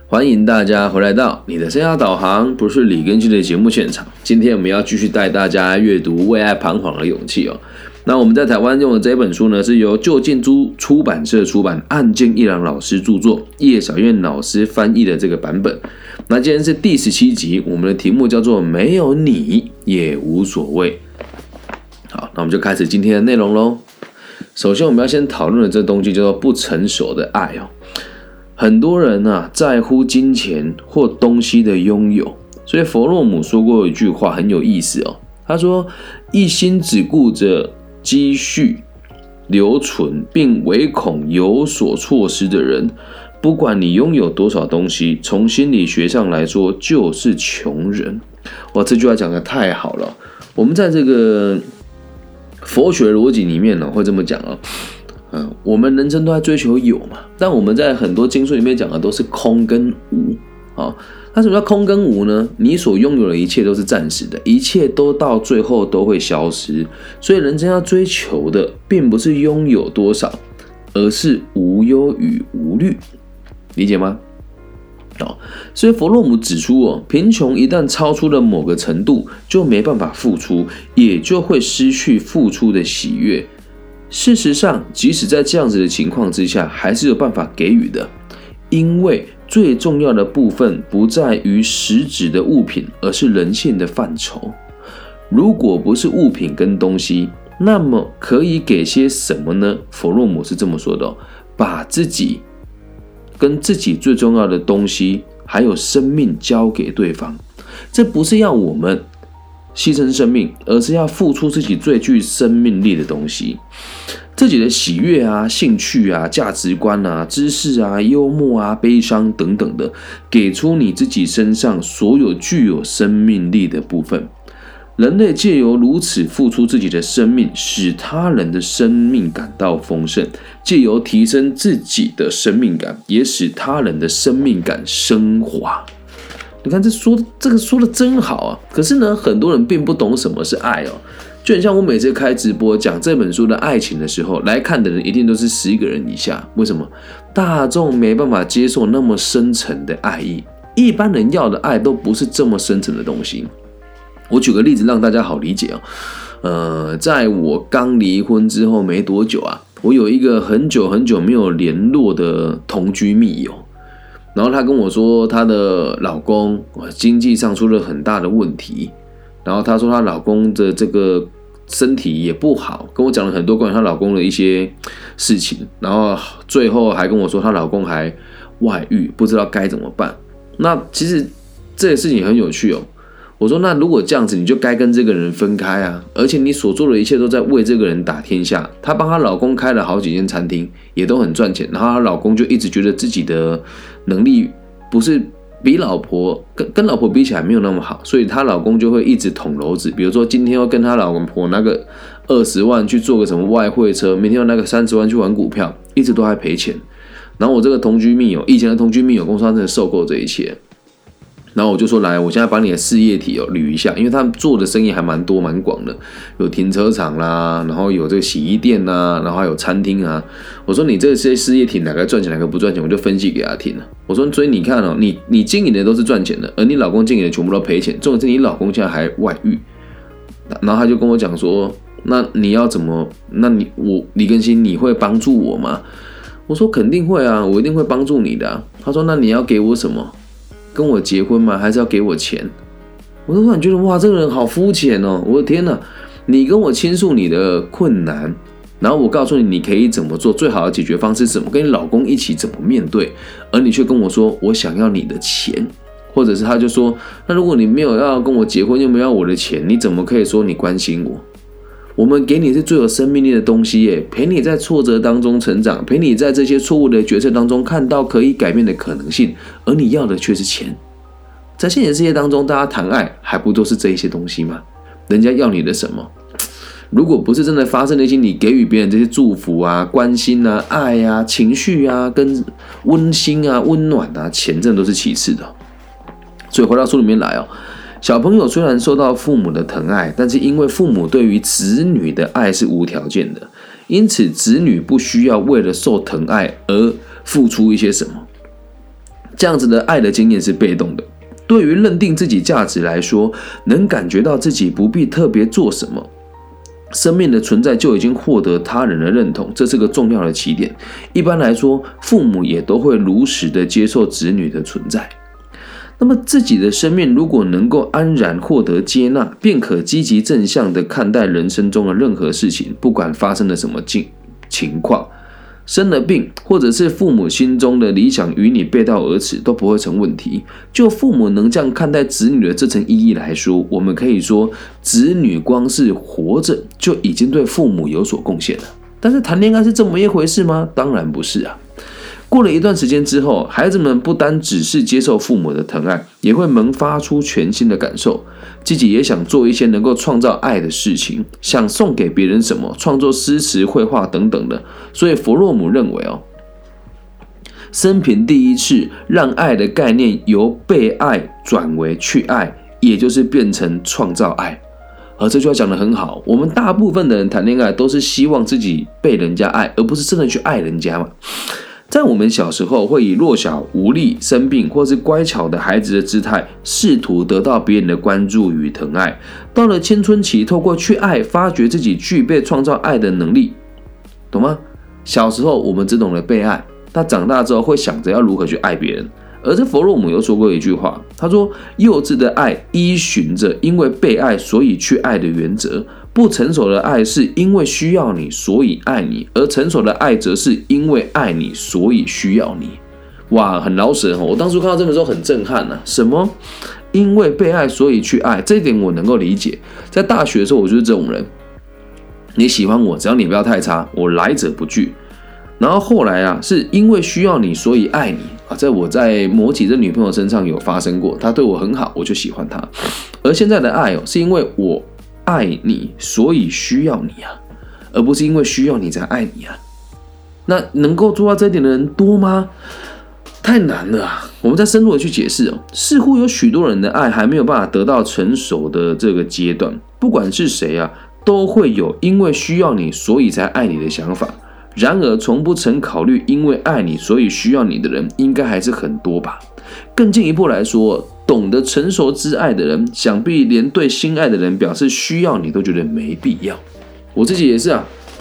欢迎大家回来到你的生涯导航，不是李根基的节目现场。今天我们要继续带大家阅读《为爱彷徨的勇气》哦。那我们在台湾用的这本书呢，是由旧建筑出版社出版，岸见一郎老师著作，叶小燕老师翻译的这个版本。那今天是第17集，我们的题目叫做"没有你也无所谓"。好，那我们就开始今天的内容咯。首先我们要先讨论的这东西叫做不成熟的爱哦。很多人在乎金钱或东西的拥有，所以弗洛姆说过一句话很有意思哦。他说，一心只顾着积蓄留存，并唯恐有所错失的人，不管你拥有多少东西，从心理学上来说就是穷人。哇，这句话讲得太好了。我们在这个佛学逻辑里面会这么讲哦。我们人生都在追求有嘛，但我们在很多经书里面讲的都是空跟无。那什么叫空跟无呢？你所拥有的一切都是暂时的，一切都到最后都会消失。所以人生要追求的并不是拥有多少，而是无忧与无虑，理解吗？所以弗洛姆指出贫穷一旦超出了某个程度，就没办法付出，也就会失去付出的喜悦。事实上，即使在这样子的情况之下，还是有办法给予的，因为最重要的部分不在于实质的物品，而是人性的范畴。如果不是物品跟东西，那么可以给些什么呢？弗洛姆是这么说的把自己跟自己最重要的东西还有生命交给对方。这不是要我们牺牲生命，而是要付出自己最具生命力的东西，自己的喜悦兴趣价值观知识幽默悲伤等等的，给出你自己身上所有具有生命力的部分。人类借由如此付出自己的生命，使他人的生命感到丰盛，借由提升自己的生命感，也使他人的生命感升华。你看这个说的真好啊！可是呢，很多人并不懂什么是爱哦。就很像我每次开直播讲这本书的爱情的时候，来看的人一定都是11个人以下。为什么？大众没办法接受那么深层的爱意，一般人要的爱都不是这么深层的东西。我举个例子让大家好理解哦。在我刚离婚之后没多久我有一个很久很久没有联络的同居密友。然后她跟我说，她的老公经济上出了很大的问题，然后她说她老公的这个身体也不好，跟我讲了很多关于她老公的一些事情，然后最后还跟我说她老公还外遇，不知道该怎么办。那其实这个事情很有趣哦。我说那如果这样子，你就该跟这个人分开而且你所做的一切都在为这个人打天下。她帮她老公开了好几间餐厅，也都很赚钱，然后她老公就一直觉得自己的能力不是比老婆跟老婆比起来没有那么好，所以她老公就会一直捅娄子。比如说今天要跟她老婆拿个20万去做个什么外汇车，明天要拿个30万去玩股票，一直都还赔钱。然后我这个同居密友，以前的同居密友公司，他真的受够这一切。然后我就说来，我现在把你的事业体捋一下，因为他们做的生意还蛮多蛮广的，有停车场啦，然后有这个洗衣店啦，然后还有餐厅我说你这些事业体哪个赚钱哪个不赚钱，我就分析给他听了。我说所以你看你经营的都是赚钱的，而你老公经营的全部都赔钱，重点是你老公现在还外遇。然后他就跟我讲说，那你要怎么？那李根新你会帮助我吗？我说肯定会我一定会帮助你的他说那你要给我什么？跟我结婚吗？还是要给我钱？我突然觉得哇，这个人好肤浅哦！我的天哪，你跟我倾诉你的困难，然后我告诉你你可以怎么做，最好的解决方式是什么，跟你老公一起怎么面对，而你却跟我说我想要你的钱，或者是他就说，那如果你没有要跟我结婚，又没有要我的钱，你怎么可以说你关心我？我们给你是最有生命力的东西耶，陪你在挫折当中成长，陪你在这些错误的决策当中看到可以改变的可能性，而你要的却是钱。在现实世界当中，大家谈爱还不都是这一些东西吗？人家要你的什么？如果不是真的发自内心，你给予别人这些祝福关心爱情绪跟温馨温暖钱真的都是其次的。所以回到书里面来小朋友虽然受到父母的疼爱，但是因为父母对于子女的爱是无条件的，因此子女不需要为了受疼爱而付出一些什么。 这样子的爱的经验是被动的。对于认定自己价值来说，能感觉到自己不必特别做什么，生命的存在就已经获得他人的认同，这是个重要的起点。一般来说，父母也都会如实的接受子女的存在。那么自己的生命如果能够安然获得接纳，便可积极正向的看待人生中的任何事情，不管发生了什么情况，生了病，或者是父母心中的理想与你背道而驰，都不会成问题。就父母能这样看待子女的这层意义来说，我们可以说，子女光是活着就已经对父母有所贡献了。但是谈恋爱是这么一回事吗？当然不是啊。过了一段时间之后，孩子们不单只是接受父母的疼爱，也会萌发出全新的感受，自己也想做一些能够创造爱的事情，想送给别人什么，创作诗词、绘画等等的。所以弗洛姆认为生平第一次让爱的概念由被爱转为去爱，也就是变成创造爱。而这句话讲得很好，我们大部分的人谈恋爱都是希望自己被人家爱，而不是真的去爱人家嘛。在我们小时候，会以弱小、无力、生病或是乖巧的孩子的姿态，试图得到别人的关注与疼爱。到了青春期，透过去爱，发掘自己具备创造爱的能力，懂吗？小时候我们只懂得被爱，那长大之后会想着要如何去爱别人。而这弗洛姆又说过一句话，他说：幼稚的爱依循着因为被爱所以去爱的原则，不成熟的爱是因为需要你所以爱你，而成熟的爱则是因为爱你所以需要你。哇，很老实，我当初看到这本书很震撼啊！什么？因为被爱所以去爱，这一点我能够理解。在大学的时候，我就是这种人。你喜欢我，只要你不要太差，我来者不拒。然后后来是因为需要你所以爱你啊，我在某几任女朋友身上有发生过，她对我很好，我就喜欢她。而现在的爱是因为我爱你，所以需要你啊，而不是因为需要你才爱你啊。那能够做到这一点的人多吗？太难了啊！我们再深入的去解释似乎有许多人的爱还没有办法得到成熟的这个阶段，不管是谁都会有因为需要你所以才爱你的想法。然而，从不曾考虑因为爱你所以需要你的人，应该还是很多吧。更进一步来说，懂得成熟之爱的人，想必连对心爱的人表示需要你都觉得没必要。我自己也是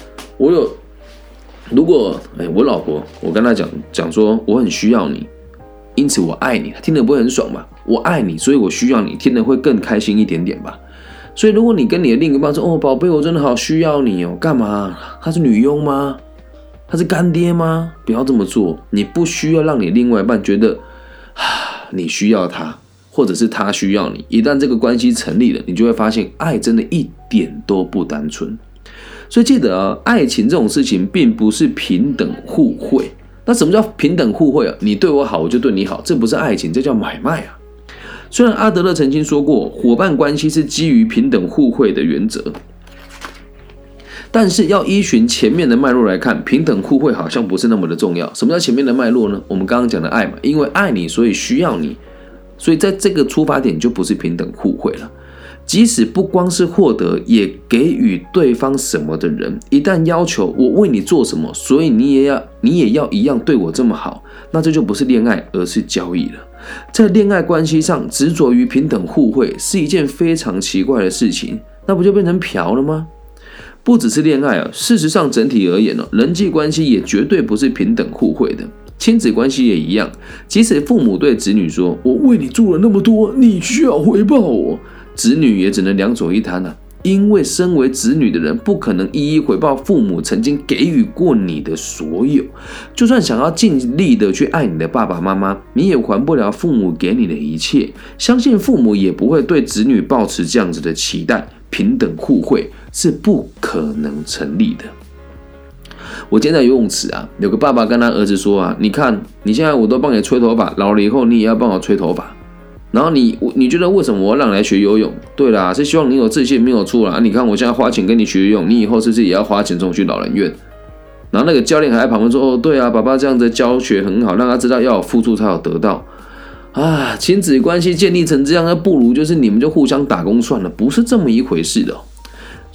如果我老婆，我跟她讲说我很需要你，因此我爱你，她听得不会很爽吧？我爱你，所以我需要你，听得会更开心一点点吧。所以如果你跟你的另一半说宝贝，我真的好需要你干嘛？她是女佣吗？他是干爹吗？不要这么做，你不需要让你另外一半觉得你需要他，或者是他需要你。一旦这个关系成立了，你就会发现爱真的一点都不单纯。所以记得爱情这种事情并不是平等互惠。那什么叫平等互惠你对我好，我就对你好，这不是爱情，这叫买卖啊。虽然阿德勒曾经说过，伙伴关系是基于平等互惠的原则，但是要依循前面的脉络来看，平等互惠好像不是那么的重要。什么叫前面的脉络呢？我们刚刚讲的爱嘛，因为爱你所以需要你，所以在这个出发点就不是平等互惠了。即使不光是获得，也给予对方什么的人，一旦要求我为你做什么，所以你也要一样对我这么好，那这就不是恋爱，而是交易了。在恋爱关系上执着于平等互惠是一件非常奇怪的事情，那不就变成嫖了吗？不只是恋爱事实上整体而言人际关系也绝对不是平等互惠的。亲子关系也一样，即使父母对子女说我为你做了那么多，你需要回报我，子女也只能两手一摊因为身为子女的人不可能一一回报父母曾经给予过你的所有，就算想要尽力的去爱你的爸爸妈妈，你也还不了父母给你的一切。相信父母也不会对子女抱持这样子的期待，平等互惠是不可能成立的。我今天在游泳池有个爸爸跟他儿子说你看你现在我都帮你吹头发，老了以后你也要帮我吹头发。然后你觉得为什么我要让你来学游泳？对啦，是希望你有自信没有错啦。你看我现在花钱跟你学游泳，你以后是不是也要花钱送去老人院？然后那个教练还在旁边说对啊，爸爸这样的教学很好，让他知道要有付出才有得到亲子关系建立成这样，那不如就是你们就互相打工算了，不是这么一回事的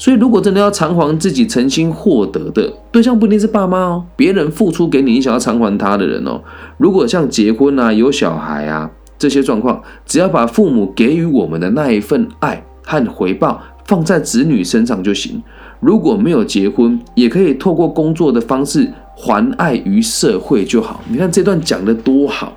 所以如果真的要偿还自己诚心获得的，对象不一定是爸妈哦，别人付出给你，你想要偿还他的人哦。如果像结婚啊、有小孩啊这些状况，只要把父母给予我们的那一份爱和回报放在子女身上就行。如果没有结婚，也可以透过工作的方式还爱于社会就好。你看这段讲得多好。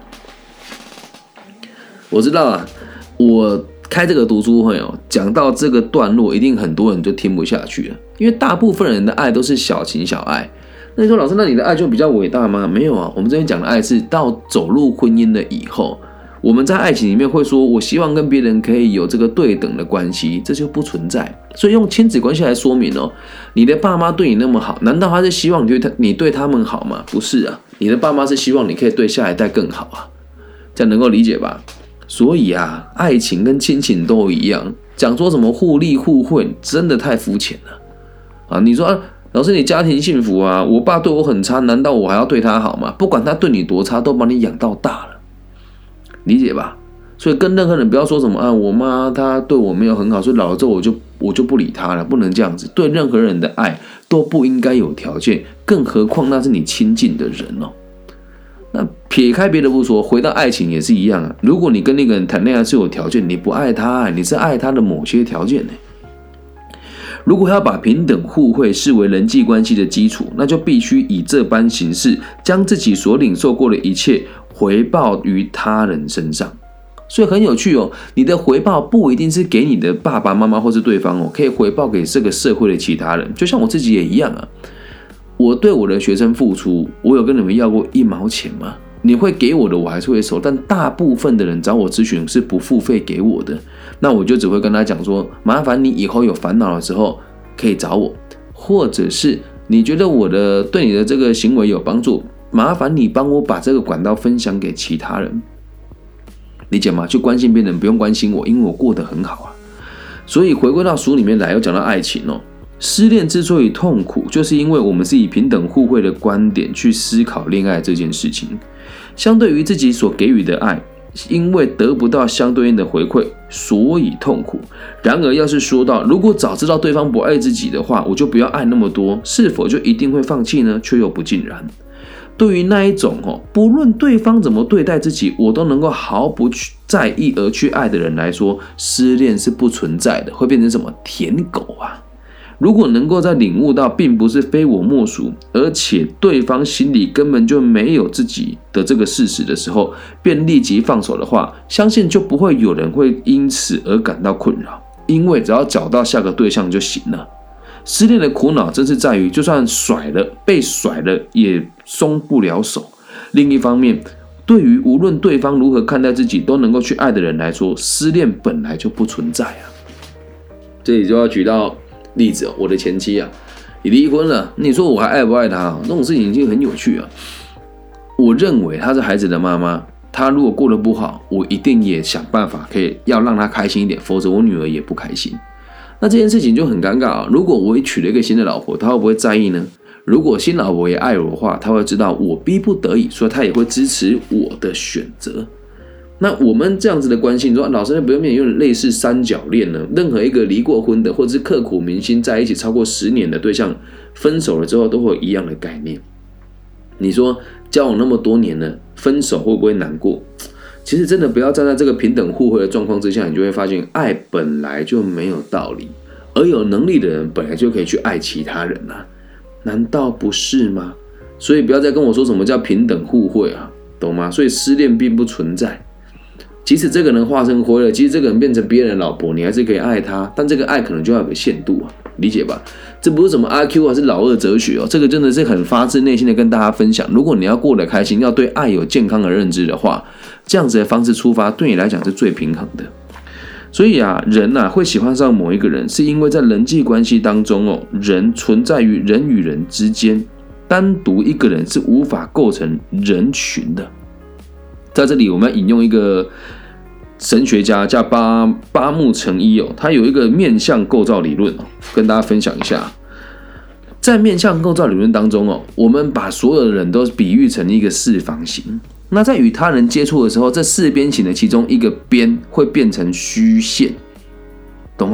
我知道啊，我开这个读书会哦，讲到这个段落，一定很多人就听不下去了，因为大部分人的爱都是小情小爱。那你说老师，那你的爱就比较伟大吗？没有啊，我们这边讲的爱是到走入婚姻了以后，我们在爱情里面会说，我希望跟别人可以有这个对等的关系，这就不存在。所以用亲子关系来说明哦，你的爸妈对你那么好，难道他是希望你对他们好吗？不是啊，你的爸妈是希望你可以对下一代更好啊，这样能够理解吧？所以啊，爱情跟亲情都一样，讲说什么互利互惠，真的太肤浅了啊！你说老师，你家庭幸福啊，我爸对我很差，难道我还要对他好吗？不管他对你多差，都把你养到大了，理解吧？所以跟任何人不要说什么啊，我妈她对我没有很好，所以老了之后我就不理她了，不能这样子。对任何人的爱都不应该有条件，更何况那是你亲近的人哦。那撇开别的不说，回到爱情也是一样啊。如果你跟那个人谈恋爱是有条件，你不爱他，你是爱他的某些条件呢。如果要把平等互惠视为人际关系的基础，那就必须以这般形式，将自己所领受过的一切回报于他人身上。所以很有趣哦，你的回报不一定是给你的爸爸妈妈或是对方哦，可以回报给这个社会的其他人。就像我自己也一样啊。我对我的学生付出，我有跟你们要过1毛钱吗？你会给我的，我还是会收，但大部分的人找我咨询是不付费给我的，那我就只会跟他讲说，麻烦你以后有烦恼的时候可以找我，或者是你觉得我对你的这个行为有帮助，麻烦你帮我把这个管道分享给其他人，理解吗？去关心别人，不用关心我，因为我过得很好啊。所以回归到书里面来，又讲到爱情哦。失恋之所以痛苦，就是因为我们是以平等互惠的观点去思考恋爱这件事情。相对于自己所给予的爱，因为得不到相对应的回馈，所以痛苦。然而要是说到，如果早知道对方不爱自己的话，我就不要爱那么多，是否就一定会放弃呢？却又不尽然。对于那一种不论对方怎么对待自己，我都能够毫不在意而去爱的人来说，失恋是不存在的，会变成什么舔狗啊？如果能够在领悟到并不是非我莫属，而且对方心里根本就没有自己的这个事实的时候，便立即放手的话，相信就不会有人会因此而感到困扰，因为只要找到下个对象就行了。失恋的苦恼真是在于，就算被甩了也松不了手。另一方面，对于无论对方如何看待自己都能够去爱的人来说，失恋本来就不存在啊。这里就要举到例子我的前妻啊，你离婚了，你说我还爱不爱她？这种事情已经很有趣啊。我认为她是孩子的妈妈，她如果过得不好，我一定也想办法可以要让她开心一点，否则我女儿也不开心。那这件事情就很尴尬啊。如果我也娶了一个新的老婆，她会不会在意呢？如果新老婆也爱我的话，她会知道我逼不得已，所以她也会支持我的选择。那我们这样子的关系，你说老师，那不用有点类似三角恋呢？任何一个离过婚的，或者是刻骨铭心在一起超过10年的对象，分手了之后都会有一样的概念。你说交往那么多年了，分手会不会难过？其实真的不要站在这个平等互惠的状况之下，你就会发现爱本来就没有道理，而有能力的人本来就可以去爱其他人啊，难道不是吗？所以不要再跟我说什么叫平等互惠啊，懂吗？所以失恋并不存在。即使这个人化成灰了，即使这个人变成别人的老婆，你还是可以爱他，但这个爱可能就要有个限度啊，理解吧？这不是什么阿 Q 还是老二哲学哦，这个真的是很发自内心的跟大家分享。如果你要过得开心，要对爱有健康的认知的话，这样子的方式出发，对你来讲是最平衡的。所以啊，人啊会喜欢上某一个人，是因为在人际关系当中人存在于人与人之间，单独一个人是无法构成人群的。在这里我们要引用一个神学家叫八木诚一他有一个面向构造理论跟大家分享一下。在面向构造理论当中我们把所有的人都比喻成一个四方形，那在与他人接触的时候，这四边形的其中一个边会变成虚线，懂吗？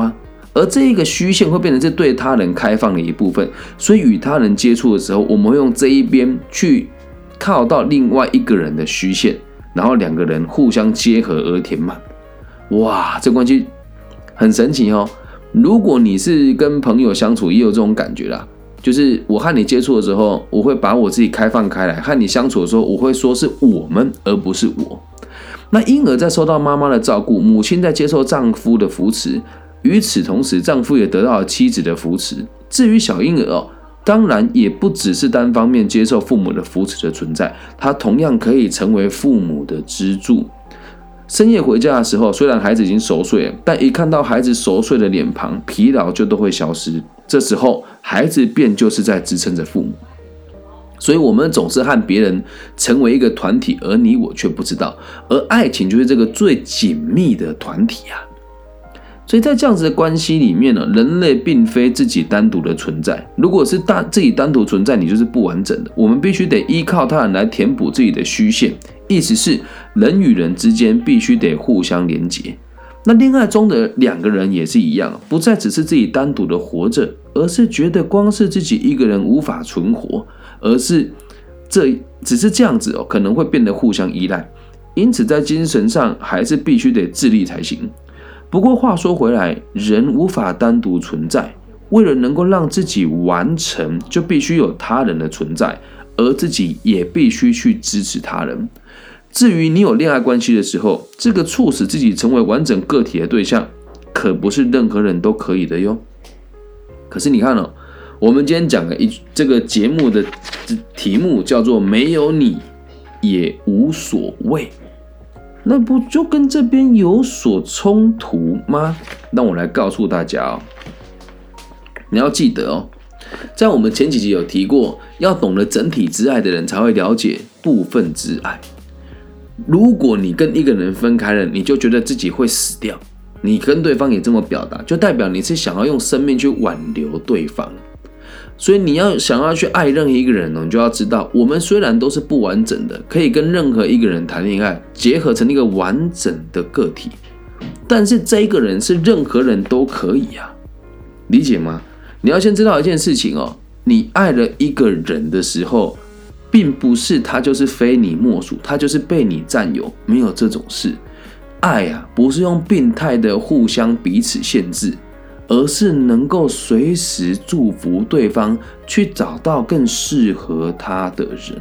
而这一个虚线会变成是对他人开放的一部分，所以与他人接触的时候，我们会用这一边去靠到另外一个人的虚线，然后两个人互相结合而填满。哇，这关系很神奇哦。如果你是跟朋友相处，也有这种感觉啦，就是我和你接触的时候，我会把我自己开放开来；和你相处的时候，我会说是我们，而不是我。那婴儿在受到妈妈的照顾，母亲在接受丈夫的扶持，与此同时，丈夫也得到了妻子的扶持。至于小婴儿当然也不只是单方面接受父母的扶持的存在，他同样可以成为父母的支柱。深夜回家的时候，虽然孩子已经熟睡了，但一看到孩子熟睡的脸庞，疲劳就都会消失。这时候，孩子便就是在支撑着父母。所以我们总是和别人成为一个团体，而你我却不知道。而爱情就是这个最紧密的团体啊。所以在这样子的关系里面呢，人类并非自己单独的存在。如果是自己单独存在，你就是不完整的。我们必须得依靠他人来填补自己的虚线，意思是人与人之间必须得互相连结。那恋爱中的两个人也是一样，不再只是自己单独的活着，而是觉得光是自己一个人无法存活，而是只是这样子可能会变得互相依赖。因此在精神上还是必须得自立才行。不过话说回来，人无法单独存在，为了能够让自己完成，就必须有他人的存在，而自己也必须去支持他人。至于你有恋爱关系的时候，这个促使自己成为完整个体的对象，可不是任何人都可以的哟。可是你看我们今天讲的这个节目的题目叫做没有你也无所谓，那不就跟这边有所冲突吗？让我来告诉大家你要记得在我们前几集有提过，要懂得整体之爱的人才会了解部分之爱。如果你跟一个人分开了，你就觉得自己会死掉，你跟对方也这么表达，就代表你是想要用生命去挽留对方。所以你要想要去爱任何一个人你就要知道，我们虽然都是不完整的，可以跟任何一个人谈恋爱，结合成一个完整的个体，但是这一个人是任何人都可以啊，理解吗？你要先知道一件事情你爱了一个人的时候，并不是他就是非你莫属，他就是被你占有，没有这种事。爱不是用病态的互相彼此限制，而是能够随时祝福对方，去找到更适合他的人。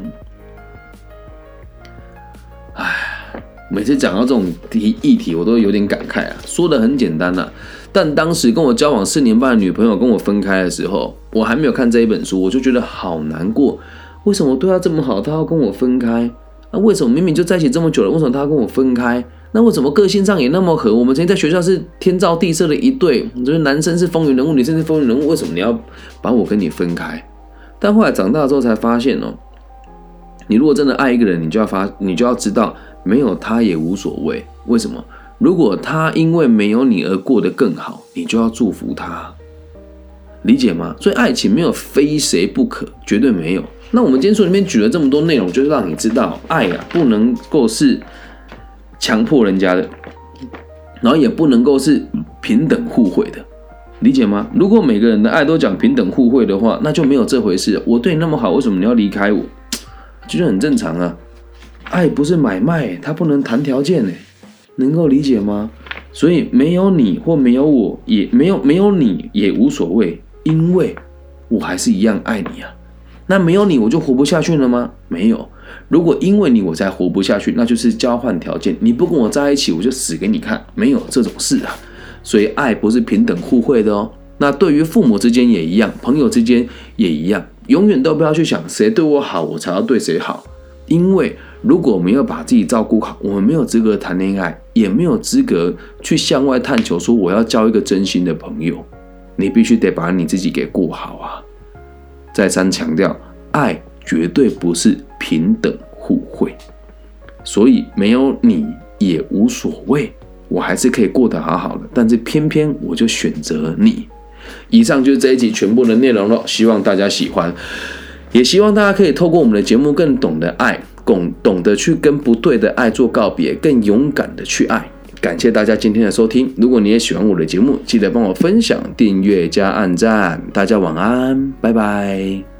每次讲到这种议题，我都有点感慨说得很简单但当时跟我交往4年半的女朋友跟我分开的时候，我还没有看这一本书，我就觉得好难过。为什么我对她这么好，她要跟我分开？为什么明明就在一起这么久了，为什么她要跟我分开？那为什么个性上也那么合？我们曾经在学校是天造地设的一对，就是男生是风云人物，女生是风云人物，为什么你要把我跟你分开？但后来长大之后才发现你如果真的爱一个人，你就要知道，没有他也无所谓。为什么？如果他因为没有你而过得更好，你就要祝福他，理解吗？所以爱情没有非谁不可，绝对没有。那我们今天书里面举了这么多内容，就是让你知道，爱不能够是强迫人家的，然后也不能够是平等互惠的，理解吗？如果每个人的爱都讲平等互惠的话，那就没有这回事。我对你那么好，为什么你要离开我？就是很正常啊。爱不是买卖，它不能谈条件能够理解吗？所以没有你或没有我，也没有你也无所谓，因为我还是一样爱你啊。那没有你我就活不下去了吗？没有。如果因为你我才活不下去，那就是交换条件，你不跟我在一起，我就死给你看，没有这种事啊。所以爱不是平等互惠的那对于父母之间也一样，朋友之间也一样，永远都不要去想谁对我好，我才要对谁好。因为如果没有把自己照顾好，我们没有资格谈恋爱，也没有资格去向外探求说我要交一个真心的朋友。你必须得把你自己给过好啊。再三强调，爱绝对不是平等互惠，所以没有你也无所谓，我还是可以过得好好的，但是偏偏我就选择你。以上就是这一集全部的内容了，希望大家喜欢，也希望大家可以透过我们的节目更懂得爱，懂得去跟不对的爱做告别，更勇敢的去爱。 感谢大家今天的收听。如果你也喜欢我的节目，记得帮我分享、订阅加按赞。大家晚安，拜拜。